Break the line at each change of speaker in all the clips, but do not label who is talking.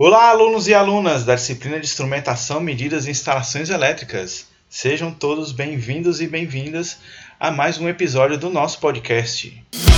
Olá, alunos e alunas da disciplina de Instrumentação, Medidas e Instalações Elétricas. Sejam todos bem-vindos e bem-vindas a mais um episódio do nosso podcast.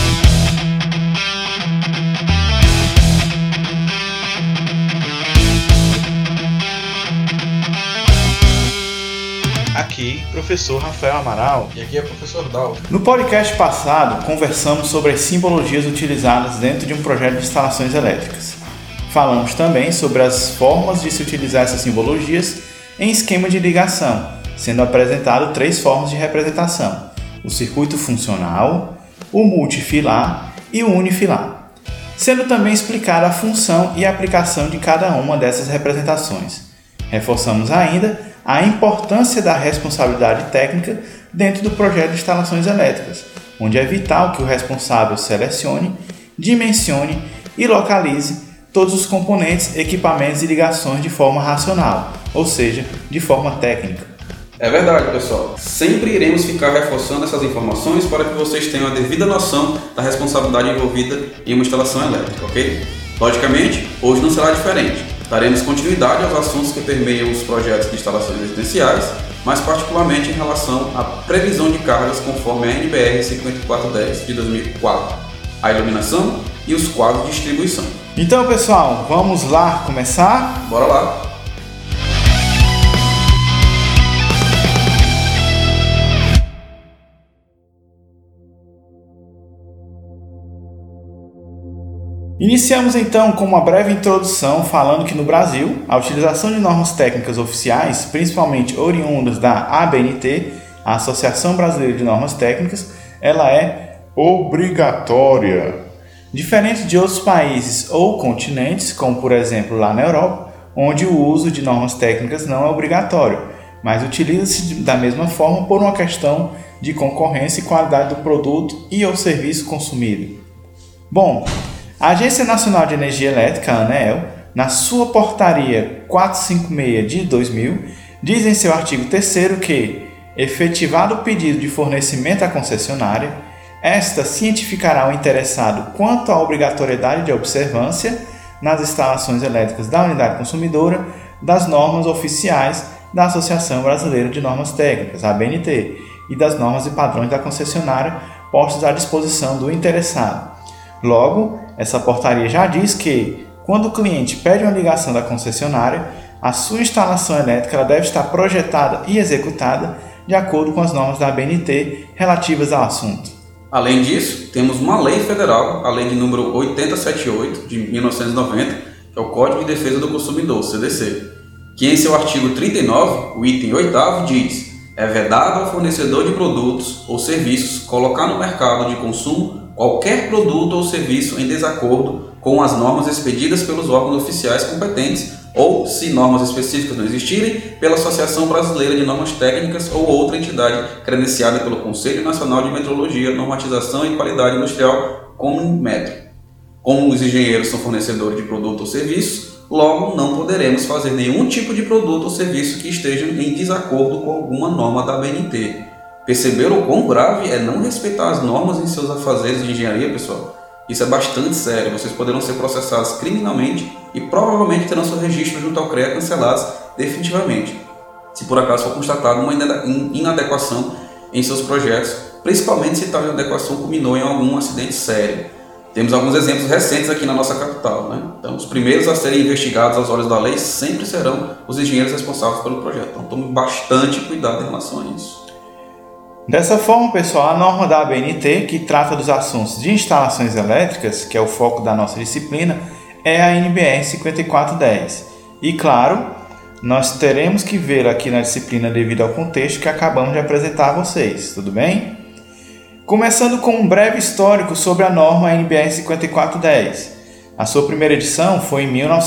Aqui, professor Rafael Amaral.
E aqui é o professor Dalton.
No podcast passado, conversamos sobre as simbologias utilizadas dentro de um projeto de instalações elétricas. Falamos também sobre as formas de se utilizar essas simbologias em esquema de ligação, sendo apresentado 3 formas de representação: o circuito funcional, o multifilar e o unifilar, sendo também explicada a função e a aplicação de cada uma dessas representações. Reforçamos ainda a importância da responsabilidade técnica dentro do projeto de instalações elétricas, onde é vital que o responsável selecione, dimensione e localize todos os componentes, equipamentos e ligações de forma racional, ou seja, de forma técnica.
É verdade, pessoal. Sempre iremos ficar reforçando essas informações para que vocês tenham a devida noção da responsabilidade envolvida em uma instalação elétrica, ok? Logicamente, hoje não será diferente. Daremos continuidade aos assuntos que permeiam os projetos de instalações residenciais, mais particularmente em relação à previsão de cargas conforme a NBR 5410 de 2004, a iluminação e os quadros de distribuição.
Então, pessoal, vamos lá começar?
Bora lá!
Iniciamos então com uma breve introdução falando que no Brasil, a utilização de normas técnicas oficiais, principalmente oriundas da ABNT, a Associação Brasileira de Normas Técnicas, ela é obrigatória. Diferente de outros países ou continentes, como por exemplo lá na Europa, onde o uso de normas técnicas não é obrigatório, mas utiliza-se da mesma forma por uma questão de concorrência e qualidade do produto e ou serviço consumido. Bom, a Agência Nacional de Energia Elétrica, a ANEEL, na sua portaria 456 de 2000, diz em seu artigo 3º que, efetivado o pedido de fornecimento à concessionária, esta cientificará o interessado quanto à obrigatoriedade de observância nas instalações elétricas da unidade consumidora das normas oficiais da Associação Brasileira de Normas Técnicas, ABNT, e das normas e padrões da concessionária postos à disposição do interessado. Logo, essa portaria já diz que, quando o cliente pede uma ligação da concessionária, a sua instalação elétrica ela deve estar projetada e executada de acordo com as normas da ABNT relativas ao assunto.
Além disso, temos uma lei federal, a lei de número 8078 de 1990, que é o Código de Defesa do Consumidor, CDC, que em seu artigo 39, o item 8º diz: é vedado ao fornecedor de produtos ou serviços colocar no mercado de consumo qualquer produto ou serviço em desacordo com as normas expedidas pelos órgãos oficiais competentes ou, se normas específicas não existirem, pela Associação Brasileira de Normas Técnicas ou outra entidade credenciada pelo Conselho Nacional de Metrologia, Normatização e Qualidade Industrial, como Inmetro. Como os engenheiros são fornecedores de produto ou serviço, logo não poderemos fazer nenhum tipo de produto ou serviço que esteja em desacordo com alguma norma da ABNT. Perceberam o quão grave é não respeitar as normas em seus afazeres de engenharia, pessoal? Isso é bastante sério. Vocês poderão ser processados criminalmente e provavelmente terão seu registro junto ao CREA cancelados definitivamente, se por acaso for constatada uma inadequação em seus projetos, principalmente se tal inadequação culminou em algum acidente sério. Temos alguns exemplos recentes aqui na nossa capital, né? Então, os primeiros a serem investigados aos olhos da lei sempre serão os engenheiros responsáveis pelo projeto. Então, tome bastante cuidado em relação a isso.
Dessa forma, pessoal, a norma da ABNT, que trata dos assuntos de instalações elétricas, que é o foco da nossa disciplina, é a NBR 5410. E, claro, nós teremos que ver aqui na disciplina devido ao contexto que acabamos de apresentar a vocês, tudo bem? Começando com um breve histórico sobre a norma NBR 5410. A sua primeira edição foi em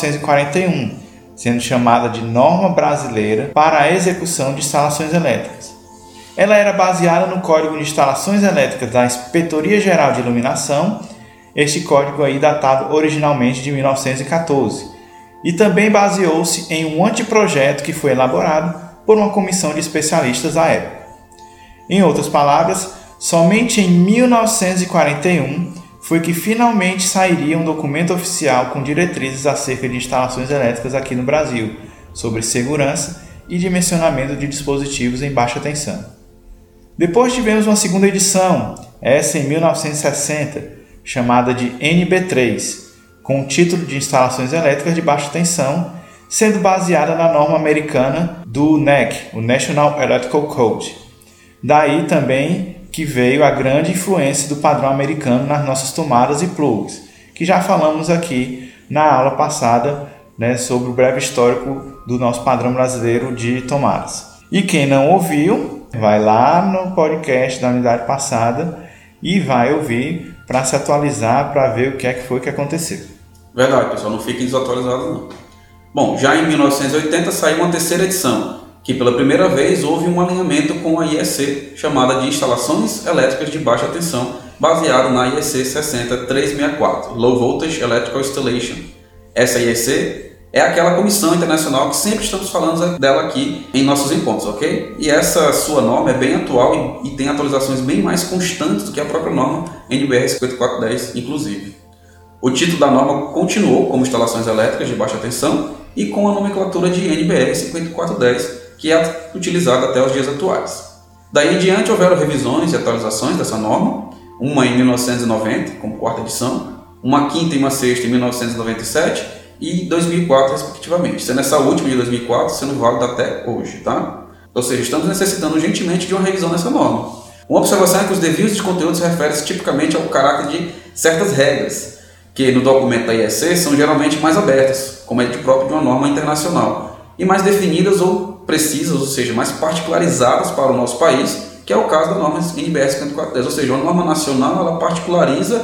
1941, sendo chamada de Norma Brasileira para a Execução de Instalações Elétricas. Ela era baseada no Código de Instalações Elétricas da Inspetoria Geral de Iluminação, este código aí datado originalmente de 1914, e também baseou-se em um anteprojeto que foi elaborado por uma comissão de especialistas à época. Em outras palavras, somente em 1941 foi que finalmente sairia um documento oficial com diretrizes acerca de instalações elétricas aqui no Brasil, sobre segurança e dimensionamento de dispositivos em baixa tensão. Depois tivemos uma segunda edição, essa em 1960, chamada de NB3, com o título de Instalações Elétricas de Baixa Tensão, sendo baseada na norma americana do NEC, o National Electrical Code. Daí também que veio a grande influência do padrão americano nas nossas tomadas e plugs, que já falamos aqui na aula passada, sobre o breve histórico do nosso padrão brasileiro de tomadas. E quem não ouviu, vai lá no podcast da unidade passada e vai ouvir para se atualizar, para ver o que é que foi que aconteceu.
Verdade, pessoal, não fiquem desatualizados não. Bom, já em 1980 saiu uma terceira edição, que pela primeira vez houve um alinhamento com a IEC, chamada de Instalações Elétricas de Baixa Tensão, baseado na IEC 60364, Low Voltage Electrical Installation. Essa IEC é aquela comissão internacional que sempre estamos falando dela aqui em nossos encontros, ok? E essa sua norma é bem atual e tem atualizações bem mais constantes do que a própria norma NBR 5410, inclusive. O título da norma continuou como Instalações Elétricas de Baixa Tensão e com a nomenclatura de NBR 5410, que é utilizada até os dias atuais. Daí em diante houveram revisões e atualizações dessa norma, uma em 1990, como quarta edição, uma quinta e uma sexta em 1997 e 2004, respectivamente, sendo essa última de 2004 sendo válida até hoje, tá? Ou seja, estamos necessitando urgentemente de uma revisão dessa norma. Uma observação é que os desvios de conteúdos referem-se tipicamente ao caráter de certas regras, que no documento da IEC são geralmente mais abertas, como é de próprio de uma norma internacional, e mais definidas ou precisas, ou seja, mais particularizadas para o nosso país, que é o caso da norma NBR 5410, ou seja, uma norma nacional ela particulariza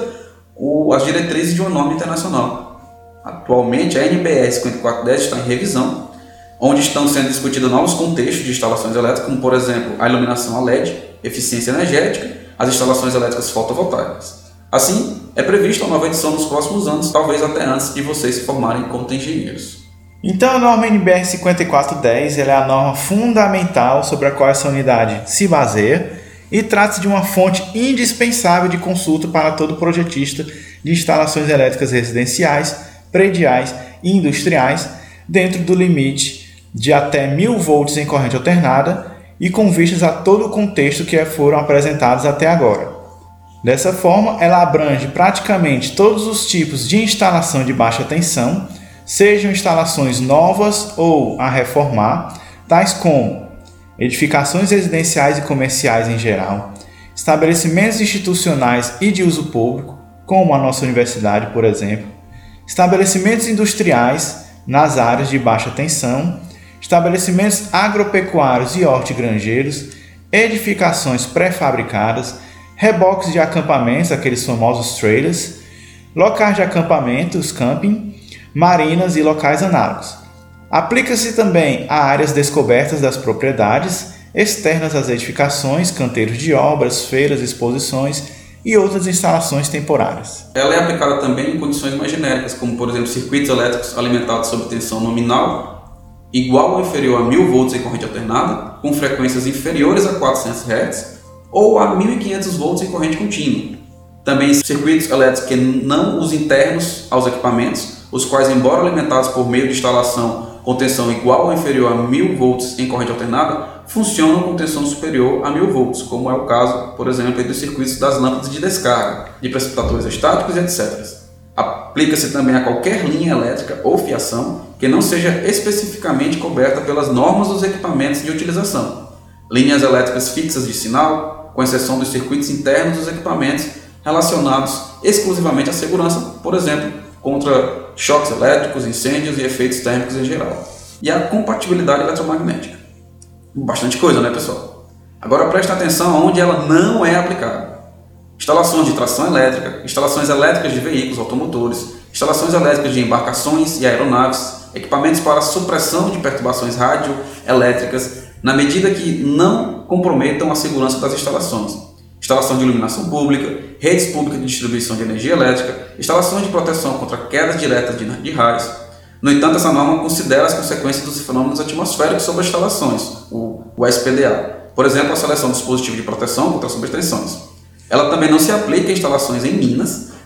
as diretrizes de uma norma internacional. Atualmente a NBR 5410 está em revisão, onde estão sendo discutidos novos contextos de instalações elétricas, como por exemplo a iluminação a LED, eficiência energética, as instalações elétricas fotovoltaicas. Assim, é prevista uma nova edição nos próximos anos, talvez até antes de vocês se formarem como engenheiros.
Então a norma NBR 5410 é a norma fundamental sobre a qual essa unidade se baseia e trata-se de uma fonte indispensável de consulta para todo projetista de instalações elétricas residenciais, prediais e industriais, dentro do limite de até 1000 volts em corrente alternada e com vistas a todo o contexto que foram apresentados até agora. Dessa forma, ela abrange praticamente todos os tipos de instalação de baixa tensão, sejam instalações novas ou a reformar, tais como edificações residenciais e comerciais em geral, estabelecimentos institucionais e de uso público, como a nossa universidade, por exemplo, estabelecimentos industriais nas áreas de baixa tensão, estabelecimentos agropecuários e hortigranjeiros, edificações pré-fabricadas, reboques de acampamentos, aqueles famosos trailers, locais de acampamentos, camping, marinas e locais análogos. Aplica-se também a áreas descobertas das propriedades, externas às edificações, canteiros de obras, feiras, exposições e outras instalações temporárias.
Ela é aplicada também em condições mais genéricas, como por exemplo circuitos elétricos alimentados sob tensão nominal igual ou inferior a 1000 volts em corrente alternada, com frequências inferiores a 400 Hz, ou a 1500 volts em corrente contínua. Também circuitos elétricos que não os internos aos equipamentos, os quais, embora alimentados por meio de instalação com tensão igual ou inferior a 1000 volts em corrente alternada, funcionam com tensão superior a 1000 volts, como é o caso, por exemplo, dos circuitos das lâmpadas de descarga, de precipitadores estáticos e etc. Aplica-se também a qualquer linha elétrica ou fiação que não seja especificamente coberta pelas normas dos equipamentos de utilização. Linhas elétricas fixas de sinal, com exceção dos circuitos internos dos equipamentos relacionados exclusivamente à segurança, por exemplo, contra choques elétricos, incêndios e efeitos térmicos em geral. E a compatibilidade eletromagnética. Bastante coisa, né, pessoal? Agora preste atenção onde ela não é aplicada. Instalações de tração elétrica, instalações elétricas de veículos automotores, instalações elétricas de embarcações e aeronaves, equipamentos para supressão de perturbações radioelétricas, na medida que não comprometam a segurança das instalações. Instalação de iluminação pública, redes públicas de distribuição de energia elétrica, instalações de proteção contra quedas diretas de raios. No entanto, essa norma considera as consequências dos fenômenos atmosféricos sobre as instalações, o SPDA. Por exemplo, a seleção do dispositivo de proteção contra subtensões. Ela também não se aplica a instalações em minas,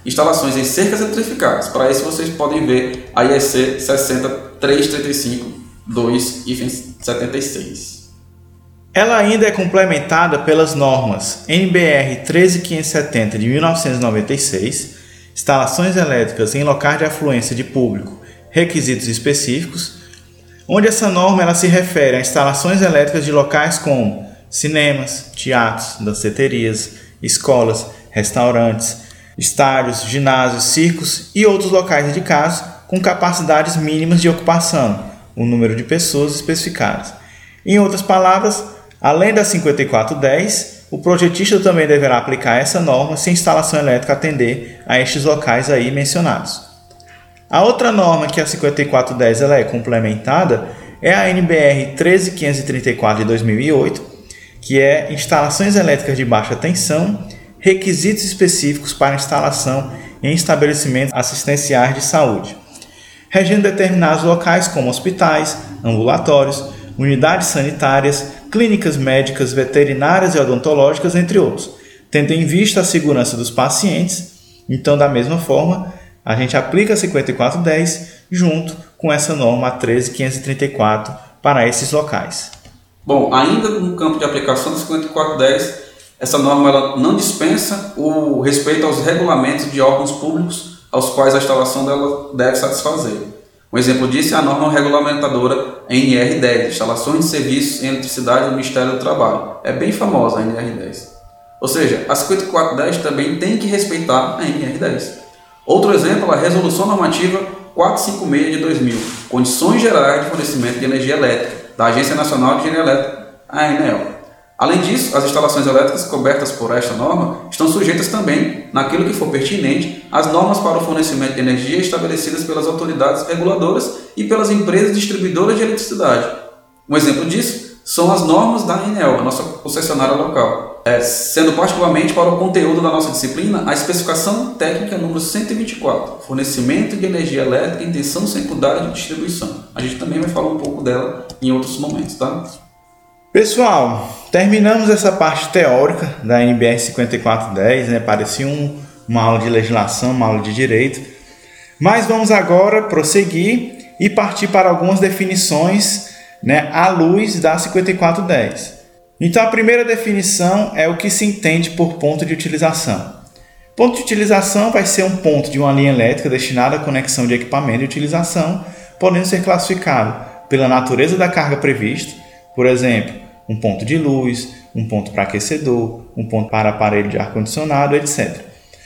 instalações em cercas eletrificadas. Para isso vocês podem ver a IEC 60335-2-76.
Ela ainda é complementada pelas normas NBR 13570 de 1996, instalações elétricas em locais de afluência de público, requisitos específicos, onde essa norma ela se refere a instalações elétricas de locais como cinemas, teatros, danceterias, escolas, restaurantes, estádios, ginásios, circos e outros locais dedicados com capacidades mínimas de ocupação, o número de pessoas especificadas. Em outras palavras, além da 5410, o projetista também deverá aplicar essa norma se a instalação elétrica atender a estes locais aí mencionados. A outra norma que a 5410 ela é complementada é a NBR 13534 de 2008, que é instalações elétricas de baixa tensão, requisitos específicos para instalação em estabelecimentos assistenciais de saúde, regendo determinados locais como hospitais, ambulatórios, unidades sanitárias, clínicas médicas, veterinárias e odontológicas, entre outros, tendo em vista a segurança dos pacientes. Então, da mesma forma, a gente aplica a 5410 junto com essa norma 13534 para esses locais.
Bom, ainda no campo de aplicação da 5410, essa norma ela não dispensa o respeito aos regulamentos de órgãos públicos aos quais a instalação dela deve satisfazer. Um exemplo disso é a norma regulamentadora NR10, Instalações de Serviços em Eletricidade do Ministério do Trabalho. É bem famosa a NR10. Ou seja, a 5410 também tem que respeitar a NR10. Outro exemplo é a Resolução Normativa 456 de 2000, Condições Gerais de Fornecimento de Energia Elétrica, da Agência Nacional de Energia Elétrica, a ANEEL. Além disso, as instalações elétricas cobertas por esta norma estão sujeitas também, naquilo que for pertinente, às normas para o fornecimento de energia estabelecidas pelas autoridades reguladoras e pelas empresas distribuidoras de eletricidade. Um exemplo disso são as normas da ANEEL, a nossa concessionária local, sendo particularmente para o conteúdo da nossa disciplina a especificação técnica número 124, fornecimento de energia elétrica em tensão secundária de distribuição. A gente também vai falar um pouco dela em outros momentos, tá?
Pessoal, terminamos essa parte teórica da NBR 5410, né? Parecia uma aula de legislação, uma aula de direito. Mas vamos agora prosseguir e partir para algumas definições, né, à luz da 5410. Então, a primeira definição é o que se entende por ponto de utilização. Ponto de utilização vai ser um ponto de uma linha elétrica destinada à conexão de equipamento de utilização, podendo ser classificado pela natureza da carga prevista, por exemplo, um ponto de luz, um ponto para aquecedor, um ponto para aparelho de ar-condicionado, etc.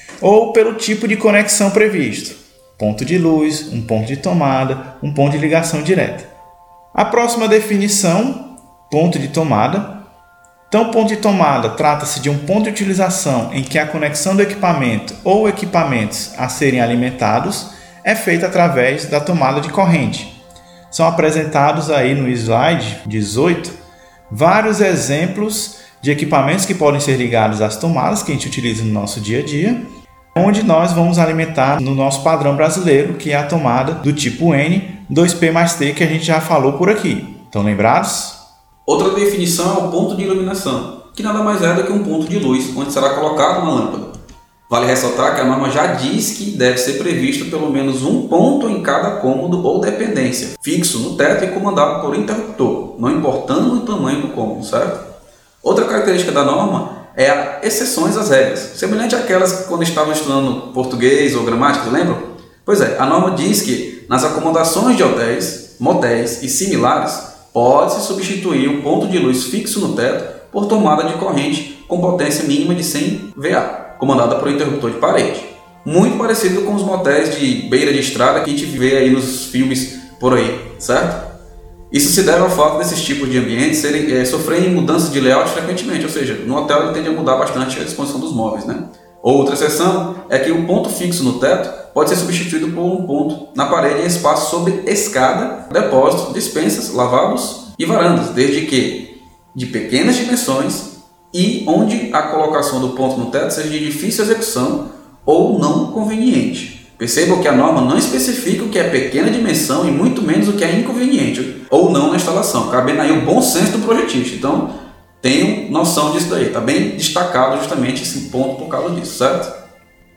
Ou pelo tipo de conexão previsto, ponto de luz, um ponto de tomada, um ponto de ligação direta. A próxima definição, ponto de tomada. Então, ponto de tomada trata-se de um ponto de utilização em que a conexão do equipamento ou equipamentos a serem alimentados é feita através da tomada de corrente. São apresentados aí no slide 18 vários exemplos de equipamentos que podem ser ligados às tomadas que a gente utiliza no nosso dia a dia, onde nós vamos alimentar no nosso padrão brasileiro, que é a tomada do tipo N, 2P mais T, que a gente já falou por aqui. Estão lembrados?
Outra definição é o ponto de iluminação, que nada mais é do que um ponto de luz, onde será colocada uma lâmpada. Vale ressaltar que a norma já diz que deve ser previsto pelo menos um ponto em cada cômodo ou dependência, fixo no teto e comandado por interruptor, não importando o tamanho do cômodo, certo? Outra característica da norma é a exceções às regras, semelhante àquelas que quando estavam estudando português ou gramática, lembram? Pois é, a norma diz que nas acomodações de hotéis, motéis e similares, pode-se substituir um ponto de luz fixo no teto por tomada de corrente com potência mínima de 100 VA, comandada por um interruptor de parede. Muito parecido com os motéis de beira de estrada que a gente vê aí nos filmes por aí, certo? Isso se deve ao fato desses tipos de ambientes sofrerem mudanças de layout frequentemente, ou seja, no hotel ele tende a mudar bastante a disposição dos móveis, né? Outra exceção é que um ponto fixo no teto pode ser substituído por um ponto na parede em espaço sob escada, depósito, dispensas, lavabos e varandas, desde que de pequenas dimensões e onde a colocação do ponto no teto seja de difícil execução ou não conveniente. Percebam que a norma não especifica o que é pequena dimensão e muito menos o que é inconveniente ou não na instalação, cabendo aí o bom senso do projetista. Então, tenham noção disso daí, está bem destacado justamente esse ponto por causa disso, certo?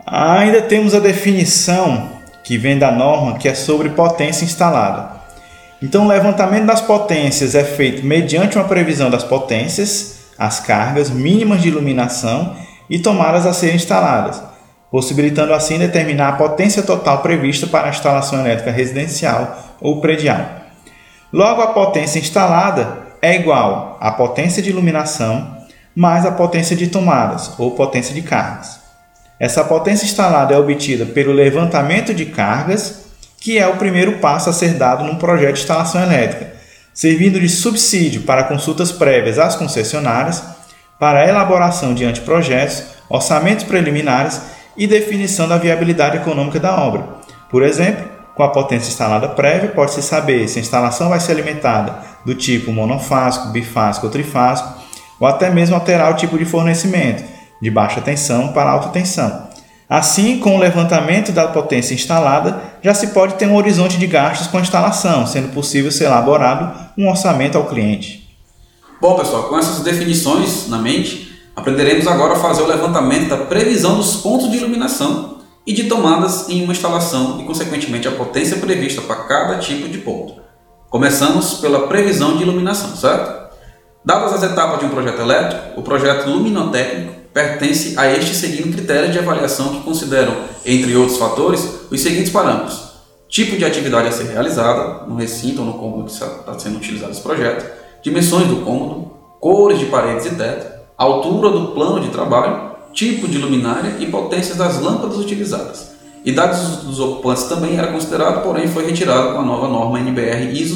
Ainda temos a definição que vem da norma, que é sobre potência instalada. Então, o levantamento das potências é feito mediante uma previsão das potências, as cargas mínimas de iluminação e tomadas a serem instaladas, possibilitando assim determinar a potência total prevista para a instalação elétrica residencial ou predial. Logo, a potência instalada é igual à potência de iluminação mais a potência de tomadas ou potência de cargas. Essa potência instalada é obtida pelo levantamento de cargas, que é o primeiro passo a ser dado num projeto de instalação elétrica, servindo de subsídio para consultas prévias às concessionárias, para a elaboração de anteprojetos, orçamentos preliminares e definição da viabilidade econômica da obra. Por exemplo, com a potência instalada prévia, pode-se saber se a instalação vai ser alimentada do tipo monofásico, bifásico ou trifásico, ou até mesmo alterar o tipo de fornecimento, de baixa tensão para alta tensão. Assim, com o levantamento da potência instalada, já se pode ter um horizonte de gastos com a instalação, sendo possível ser elaborado um orçamento ao cliente.
Bom, pessoal, com essas definições na mente, aprenderemos agora a fazer o levantamento da previsão dos pontos de iluminação e de tomadas em uma instalação e, consequentemente, a potência prevista para cada tipo de ponto. Começamos pela previsão de iluminação, certo? Dadas as etapas de um projeto elétrico, o projeto luminotécnico pertence a este seguindo critérios de avaliação que consideram, entre outros fatores, os seguintes parâmetros: tipo de atividade a ser realizada no recinto ou no cômodo que está sendo utilizado esse projeto, dimensões do cômodo, cores de paredes e teto, altura do plano de trabalho, tipo de luminária e potências das lâmpadas utilizadas. Idade dos ocupantes também era considerado, porém foi retirado com a nova norma NBR ISO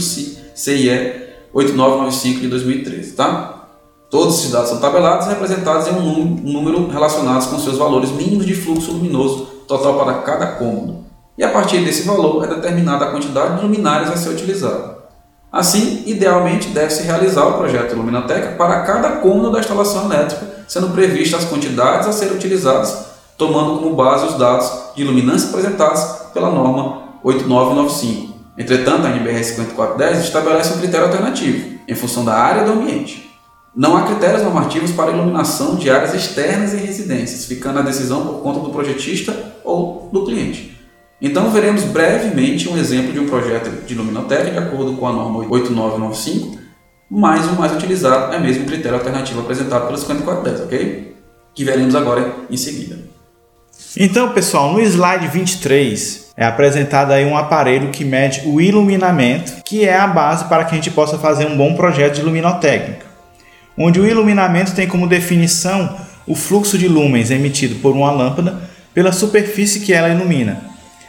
CIE 8995 de 2013, tá? Todos esses dados são tabelados e representados em um número relacionados com seus valores mínimos de fluxo luminoso total para cada cômodo. E a partir desse valor é determinada a quantidade de luminárias a ser utilizada. Assim, idealmente, deve-se realizar o projeto de luminoteca para cada cômodo da instalação elétrica, sendo previstas as quantidades a serem utilizadas, tomando como base os dados de iluminância apresentados pela norma 8995. Entretanto, a NBR 5410 estabelece um critério alternativo, em função da área do ambiente. Não há critérios normativos para iluminação de áreas externas em residências, ficando a decisão por conta do projetista ou do cliente. Então, veremos brevemente um exemplo de um projeto de luminoteca de acordo com a norma 8995, mas o mais utilizado é mesmo o critério alternativo apresentado pelo 5410, ok? Que veremos agora em seguida.
Então, pessoal, no slide 23 é apresentado aí um aparelho que mede o iluminamento, que é a base para que a gente possa fazer um bom projeto de luminotécnica, onde o iluminamento tem como definição o fluxo de lúmens emitido por uma lâmpada pela superfície que ela ilumina.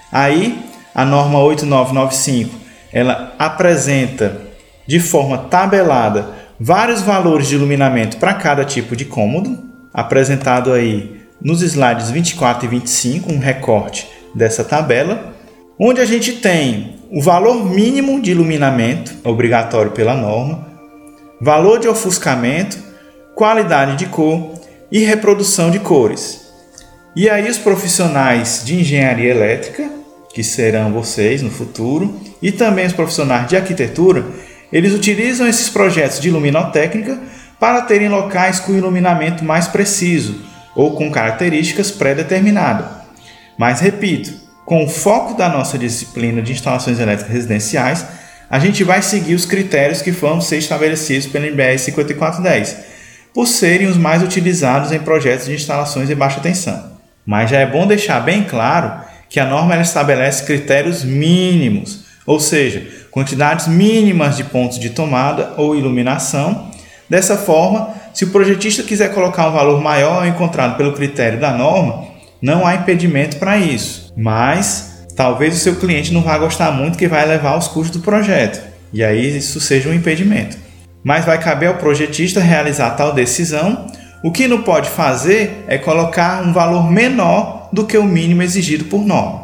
Aí, a norma 8995, ela apresenta de forma tabelada vários valores de iluminamento para cada tipo de cômodo, apresentado aí nos slides 24 e 25, um recorte dessa tabela, onde a gente tem o valor mínimo de iluminamento, obrigatório pela norma, valor de ofuscamento, qualidade de cor e reprodução de cores. E aí os profissionais de engenharia elétrica, que serão vocês no futuro, e também os profissionais de arquitetura, eles utilizam esses projetos de luminotécnica para terem locais com iluminamento mais preciso ou com características pré-determinadas. Mas repito, com o foco da nossa disciplina de instalações elétricas residenciais, a gente vai seguir os critérios que vão ser estabelecidos pela NBR 5410, por serem os mais utilizados em projetos de instalações de baixa tensão. Mas já é bom deixar bem claro que a norma ela estabelece critérios mínimos, ou seja, quantidades mínimas de pontos de tomada ou iluminação. Dessa forma, se o projetista quiser colocar um valor maior encontrado pelo critério da norma, não há impedimento para isso, mas talvez o seu cliente não vá gostar muito, que vai elevar os custos do projeto, e aí isso seja um impedimento. Mas vai caber ao projetista realizar tal decisão. O que não pode fazer é colocar um valor menor do que o mínimo exigido por norma.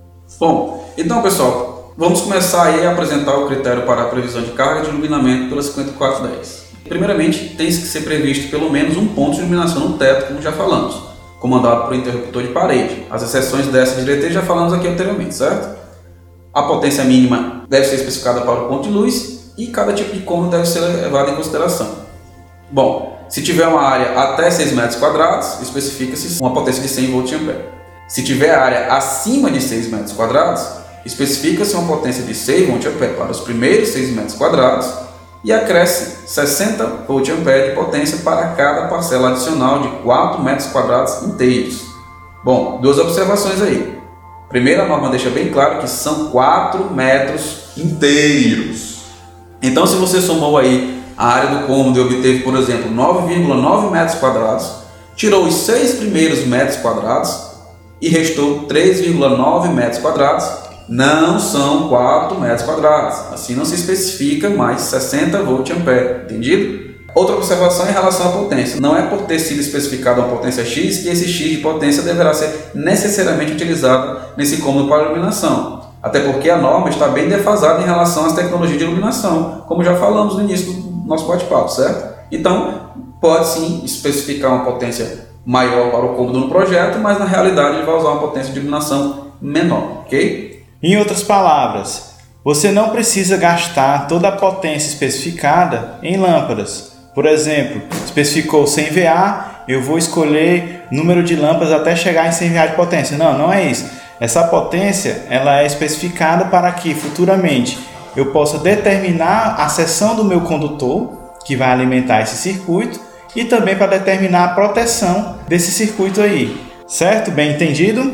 Bom, então pessoal, vamos começar aí a apresentar o critério para a previsão de carga de iluminamento pela 5410. Primeiramente, tem que ser previsto pelo menos um ponto de iluminação no teto, como já falamos, comandado por interruptor de parede. As exceções dessa diretriz já falamos aqui anteriormente, certo? A potência mínima deve ser especificada para o ponto de luz e cada tipo de cômodo deve ser levado em consideração. Bom, se tiver uma área até 6 metros quadrados, especifica-se uma potência de 100 volts-ampere. Se tiver área acima de 6 metros quadrados, especifica-se uma potência de 6 VA para os primeiros 6 metros quadrados e acresce 60 VA de potência para cada parcela adicional de 4 metros quadrados inteiros. Bom, duas observações aí. Primeiro, a norma deixa bem claro que são 4 metros inteiros. Então, se você somou aí a área do cômodo e obteve, por exemplo, 9,9 metros quadrados, tirou os 6 primeiros metros quadrados e restou 3,9 metros quadrados, não são 4 metros quadrados. Assim não se especifica mais 60 VA, entendido? Outra observação em relação à potência. Não é por ter sido especificada uma potência X que esse X de potência deverá ser necessariamente utilizado nesse cômodo para iluminação. Até porque a norma está bem defasada em relação às tecnologias de iluminação, como já falamos no início do nosso bate-papo, certo? Então, pode sim especificar uma potência maior para o cômodo no projeto, mas na realidade ele vai usar uma potência de iluminação menor, ok?
Em outras palavras, você não precisa gastar toda a potência especificada em lâmpadas. Por exemplo, especificou 100 VA, eu vou escolher número de lâmpadas até chegar em 100 VA de potência. Não, não é isso. Essa potência ela é especificada para que futuramente eu possa determinar a seção do meu condutor, que vai alimentar esse circuito, e também para determinar a proteção desse circuito aí. Certo? Bem entendido?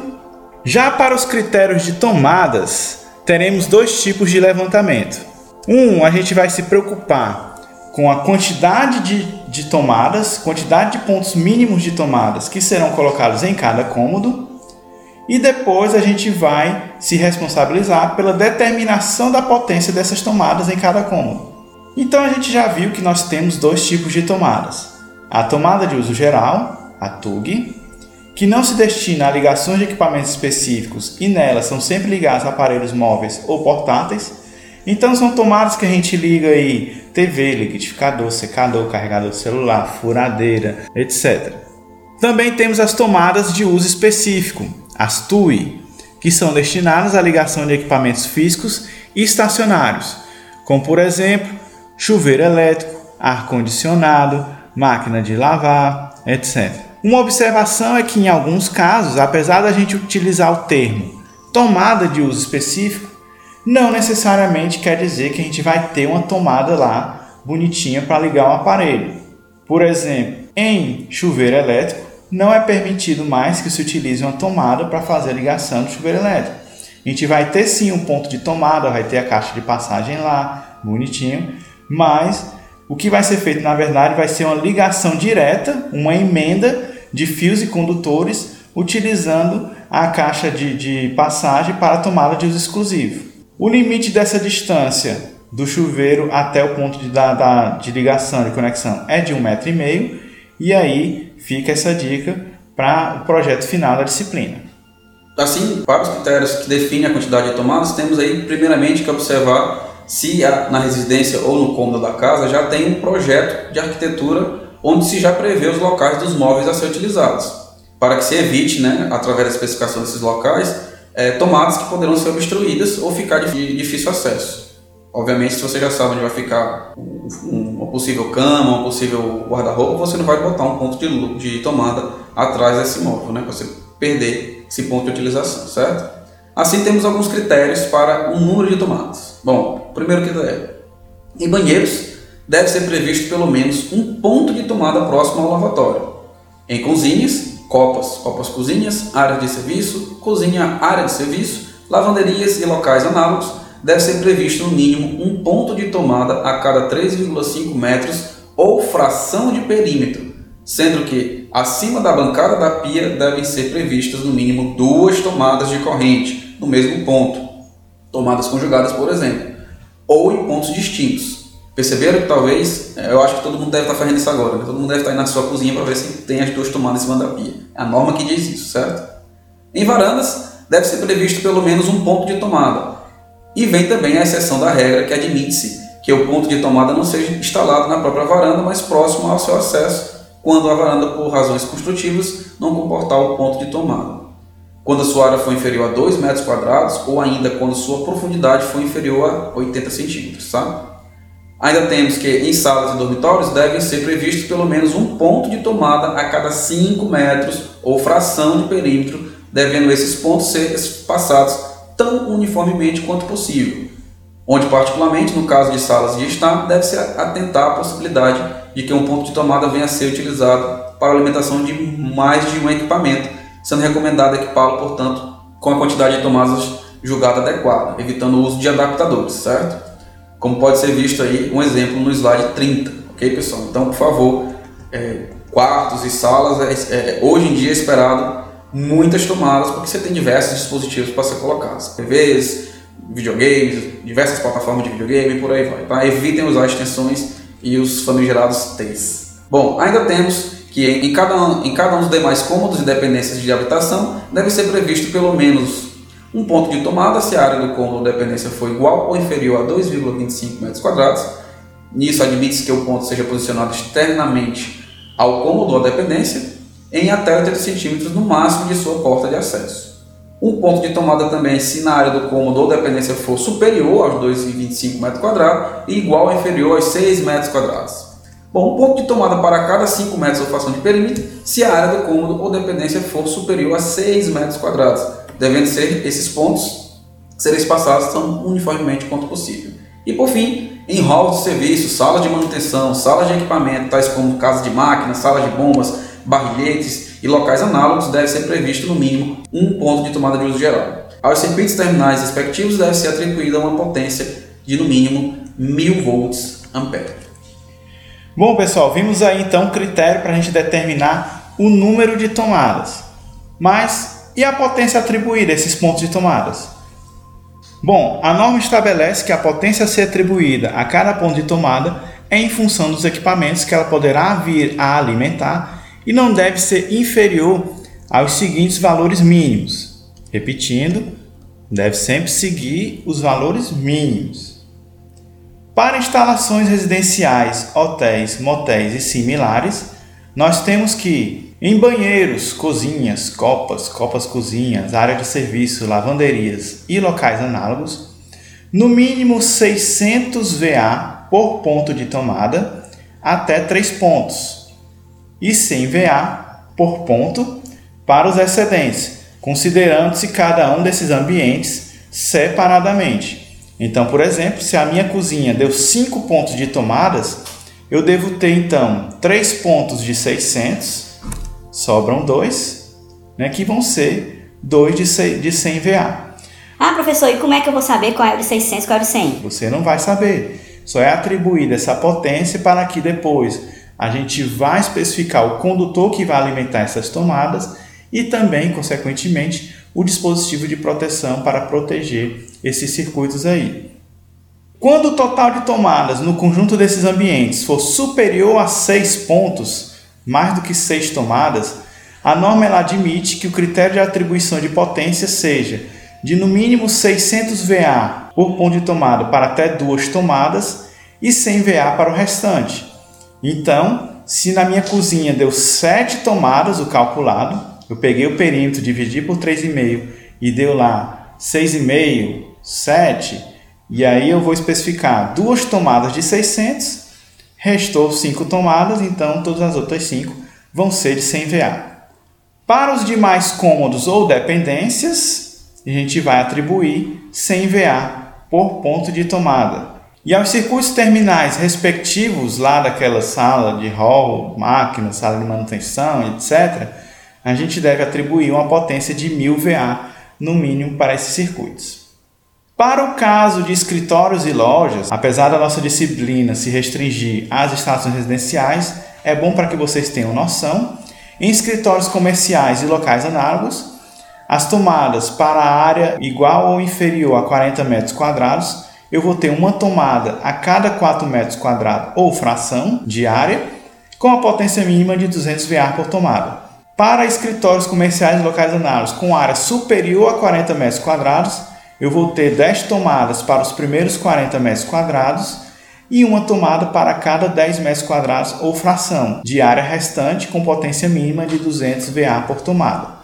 Já para os critérios de tomadas, teremos dois tipos de levantamento. A gente vai se preocupar com a quantidade de tomadas, quantidade de pontos mínimos de tomadas que serão colocados em cada cômodo, e depois a gente vai se responsabilizar pela determinação da potência dessas tomadas em cada cômodo. Então a gente já viu que nós temos dois tipos de tomadas. A tomada de uso geral, a TUG, que não se destina a ligações de equipamentos específicos e nela são sempre ligados a aparelhos móveis ou portáteis. Então são tomadas que a gente liga aí TV, liquidificador, secador, carregador de celular, furadeira, etc. Também temos as tomadas de uso específico, as TUI, que são destinadas à ligação de equipamentos físicos e estacionários, como por exemplo, chuveiro elétrico, ar-condicionado, máquina de lavar, etc. Uma observação é que em alguns casos, apesar da gente utilizar o termo tomada de uso específico, não necessariamente quer dizer que a gente vai ter uma tomada lá bonitinha para ligar um aparelho. Por exemplo, em chuveiro elétrico, não é permitido mais que se utilize uma tomada para fazer a ligação do chuveiro elétrico. A gente vai ter sim um ponto de tomada, vai ter a caixa de passagem lá, bonitinho, mas o que vai ser feito na verdade vai ser uma ligação direta, uma emenda de fios e condutores utilizando a caixa de passagem para a tomada de uso exclusivo. O limite dessa distância do chuveiro até o ponto de ligação, de conexão, é de 1,5 metro, e aí fica essa dica para o projeto final da disciplina.
Assim, para os critérios que definem a quantidade de tomadas, temos aí primeiramente que observar se na residência ou no cômodo da casa já tem um projeto de arquitetura onde se já prevê os locais dos móveis a ser utilizados, para que se evite, através da especificação desses locais, tomadas que poderão ser obstruídas ou ficar de difícil acesso. Obviamente, se você já sabe onde vai ficar uma possível cama, um possível guarda-roupa, você não vai botar um ponto de tomada atrás desse móvel, para você perder esse ponto de utilização, certo? Assim, temos alguns critérios para o número de tomadas. Bom, o primeiro critério. Em banheiros, deve ser previsto pelo menos um ponto de tomada próximo ao lavatório. Em cozinhas, copas cozinhas, áreas de serviço, cozinha, área de serviço, lavanderias e locais análogos, deve ser previsto no mínimo um ponto de tomada a cada 3,5 metros ou fração de perímetro, sendo que acima da bancada da pia devem ser previstas no mínimo 2 tomadas de corrente no mesmo ponto, tomadas conjugadas, por exemplo, ou em pontos distintos. Perceberam que talvez, eu acho que todo mundo deve estar fazendo isso agora, todo mundo deve estar indo na sua cozinha para ver se tem as 2 tomadas em cima da pia. É a norma que diz isso, certo? Em varandas, deve ser previsto pelo menos um ponto de tomada. E vem também a exceção da regra que admite-se que o ponto de tomada não seja instalado na própria varanda, mas próximo ao seu acesso, quando a varanda, por razões construtivas, não comportar o ponto de tomada. Quando a sua área for inferior a 2 metros quadrados ou ainda quando sua profundidade for inferior a 80 centímetros, sabe? Ainda temos que em salas e dormitórios devem ser previstos pelo menos um ponto de tomada a cada 5 metros ou fração de perímetro devendo esses pontos ser passados tão uniformemente quanto possível, onde particularmente no caso de salas de estar, deve-se atentar à possibilidade de que um ponto de tomada venha a ser utilizado para a alimentação de mais de um equipamento, sendo recomendado equipá-lo, portanto, com a quantidade de tomadas julgada adequada, evitando o uso de adaptadores, certo? Como pode ser visto aí um exemplo no slide 30, ok, pessoal? Então, por favor, quartos e salas, hoje em dia é esperado muitas tomadas, porque você tem diversos dispositivos para ser colocados, TVs, videogames, diversas plataformas de videogame e por aí vai, tá? Evitem usar extensões e os famigerados T's. Bom, ainda temos que em cada um dos demais cômodos e dependências de habitação deve ser previsto pelo menos um ponto de tomada se a área do cômodo ou dependência for igual ou inferior a 2,25 metros quadrados. Nisso admite-se que o ponto seja posicionado externamente ao cômodo ou à dependência em até 80 centímetros no máximo de sua porta de acesso. Um ponto de tomada também se na área do cômodo ou dependência for superior aos 2,25 metros quadrados e igual ou inferior aos 6 metros quadrados. Bom, um ponto de tomada para cada 5 metros ou fração de perímetro se a área do cômodo ou dependência for superior a 6 metros quadrados, devendo ser esses pontos serem espaçados tão uniformemente quanto possível. E por fim, em halls de serviço, salas de manutenção, salas de equipamento, tais como casas de máquinas, salas de bombas, barrilhetes e locais análogos, deve ser previsto no mínimo um ponto de tomada de uso geral. Aos circuitos terminais respectivos deve ser atribuída uma potência de no mínimo 1000 volts ampere.
Bom, pessoal, vimos aí então o critério para a gente determinar o número de tomadas. Mas e a potência atribuída a esses pontos de tomadas? Bom, a norma estabelece que a potência a ser atribuída a cada ponto de tomada é em função dos equipamentos que ela poderá vir a alimentar e não deve ser inferior aos seguintes valores mínimos. Repetindo, deve sempre seguir os valores mínimos. Para instalações residenciais, hotéis, motéis e similares, nós temos que em banheiros, cozinhas, copas-cozinhas, área de serviço, lavanderias e locais análogos, no mínimo 600 VA por ponto de tomada até 3 pontos e 100 VA por ponto para os excedentes, considerando-se cada um desses ambientes separadamente. Então, por exemplo, se a minha cozinha deu 5 pontos de tomadas, eu devo ter então 3 pontos de 600, sobram 2, né, que vão ser 2 de 100 VA.
Ah, professor, e como é que eu vou saber qual é o de 600 e qual é o de 100?
Você não vai saber, só é atribuída essa potência para que depois a gente vai especificar o condutor que vai alimentar essas tomadas e também, consequentemente, o dispositivo de proteção para proteger esses circuitos aí. Quando o total de tomadas no conjunto desses ambientes for superior a 6 pontos, mais do que 6 tomadas, a norma ela admite que o critério de atribuição de potência seja de no mínimo 600 VA por ponto de tomada para até 2 tomadas e 100 VA para o restante. Então, se na minha cozinha deu 7 tomadas, o calculado, eu peguei o perímetro, dividi por 3,5 e deu lá 6,5, 7, e aí eu vou especificar 2 tomadas de 600, restou 5 tomadas, então todas as outras 5 vão ser de 100 VA. Para os demais cômodos ou dependências, a gente vai atribuir 100 VA por ponto de tomada. E aos circuitos terminais respectivos, lá daquela sala de hall, máquina, sala de manutenção, etc., a gente deve atribuir uma potência de 1000 VA no mínimo para esses circuitos. Para o caso de escritórios e lojas, apesar da nossa disciplina se restringir às instalações residenciais, é bom para que vocês tenham noção. Em escritórios comerciais e locais análogos, as tomadas para a área igual ou inferior a 40 metros quadrados, eu vou ter uma tomada a cada 4 metros quadrados ou fração de área, com a potência mínima de 200 VA por tomada. Para escritórios comerciais e locais análogos com área superior a 40 metros quadrados, eu vou ter 10 tomadas para os primeiros 40 metros quadrados e uma tomada para cada 10 metros quadrados ou fração de área restante com potência mínima de 200 VA por tomada.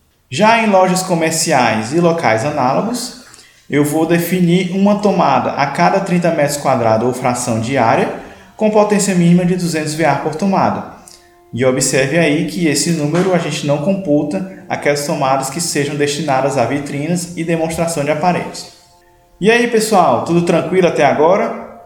Já em lojas comerciais e locais análogos, eu vou definir uma tomada a cada 30 metros quadrados ou fração de área com potência mínima de 200 VA por tomada. E observe aí que esse número a gente não computa aquelas tomadas que sejam destinadas a vitrinas e demonstração de aparelhos. E aí, pessoal, tudo tranquilo até agora?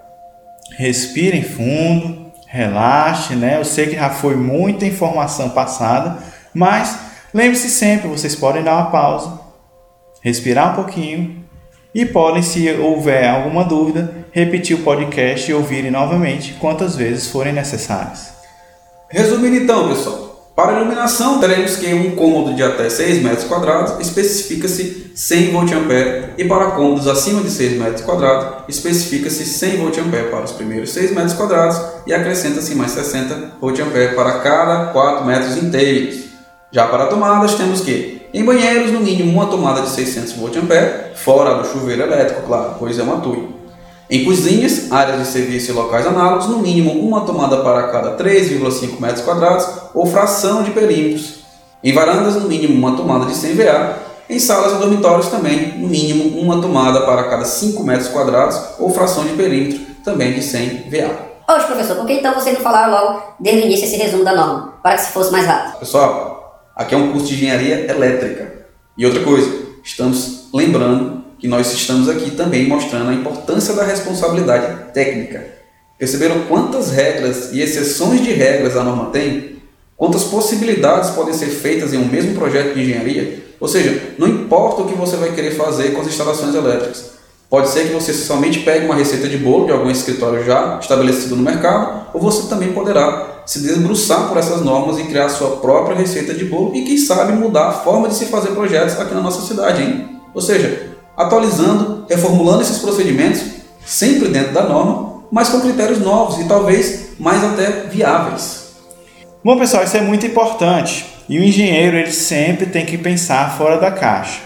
Respirem fundo, relaxe, né? Eu sei que já foi muita informação passada, mas lembre-se sempre, vocês podem dar uma pausa, respirar um pouquinho e podem, se houver alguma dúvida, repetir o podcast e ouvirem novamente quantas vezes forem necessárias.
Resumindo então, pessoal, para a iluminação teremos que um cômodo de até 6 metros quadrados especifica-se 100 VA e para cômodos acima de 6 metros quadrados especifica-se 100 VA para os primeiros 6 metros quadrados e acrescenta-se mais 60 VA para cada 4 metros inteiros. Já para tomadas temos que, em banheiros, no mínimo uma tomada de 600 VA, fora do chuveiro elétrico, claro, pois é uma TUI. Em cozinhas, áreas de serviço e locais análogos, no mínimo uma tomada para cada 3,5 metros quadrados ou fração de perímetros. Em varandas, no mínimo uma tomada de 100 VA. Em salas e dormitórios também, no mínimo uma tomada para cada 5 metros quadrados ou fração de perímetro, também de 100 VA.
Oxe, professor, por que então vocês não falaram logo desde o início esse resumo da norma, para que se fosse mais rápido?
Pessoal, aqui é um curso de engenharia elétrica. E outra coisa, estamos lembrando que nós estamos aqui também mostrando a importância da responsabilidade técnica. Perceberam quantas regras e exceções de regras a norma tem? Quantas possibilidades podem ser feitas em um mesmo projeto de engenharia? Ou seja, não importa o que você vai querer fazer com as instalações elétricas. Pode ser que você somente pegue uma receita de bolo de algum escritório já estabelecido no mercado, ou você também poderá se debruçar por essas normas e criar sua própria receita de bolo e, quem sabe, mudar a forma de se fazer projetos aqui na nossa cidade, hein? Ou seja, atualizando, reformulando esses procedimentos, sempre dentro da norma, mas com critérios novos e talvez mais até viáveis.
Bom, pessoal, isso é muito importante. E o engenheiro, ele sempre tem que pensar fora da caixa,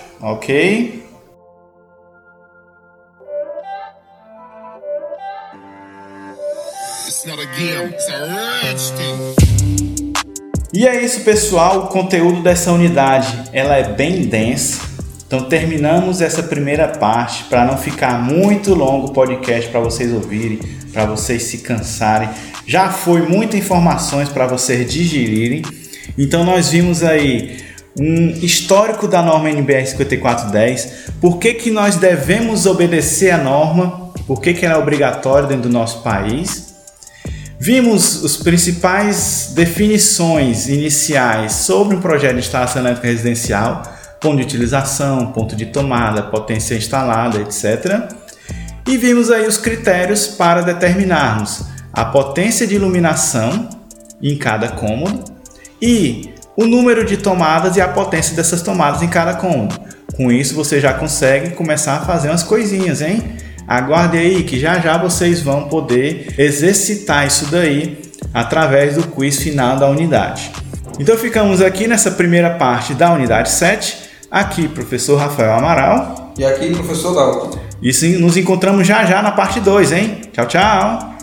ok? E é isso, pessoal. O conteúdo dessa unidade, ela é bem densa. Então terminamos essa primeira parte para não ficar muito longo o podcast para vocês ouvirem, para vocês se cansarem. Já foi muitas informações para vocês digerirem. Então nós vimos aí um histórico da norma NBR 5410, por que nós devemos obedecer a norma, por que ela é obrigatória dentro do nosso país. Vimos as principais definições iniciais sobre um projeto de instalação elétrica residencial, ponto de utilização, ponto de tomada, potência instalada, etc. E vimos aí os critérios para determinarmos a potência de iluminação em cada cômodo e o número de tomadas e a potência dessas tomadas em cada cômodo. Com isso você já consegue começar a fazer umas coisinhas, hein? Aguarde aí que já vocês vão poder exercitar isso daí através do quiz final da unidade. Então ficamos aqui nessa primeira parte da unidade 7. Aqui, professor Rafael Amaral.
E aqui, professor Dalton.
E sim, nos encontramos já na parte 2, hein? Tchau, tchau!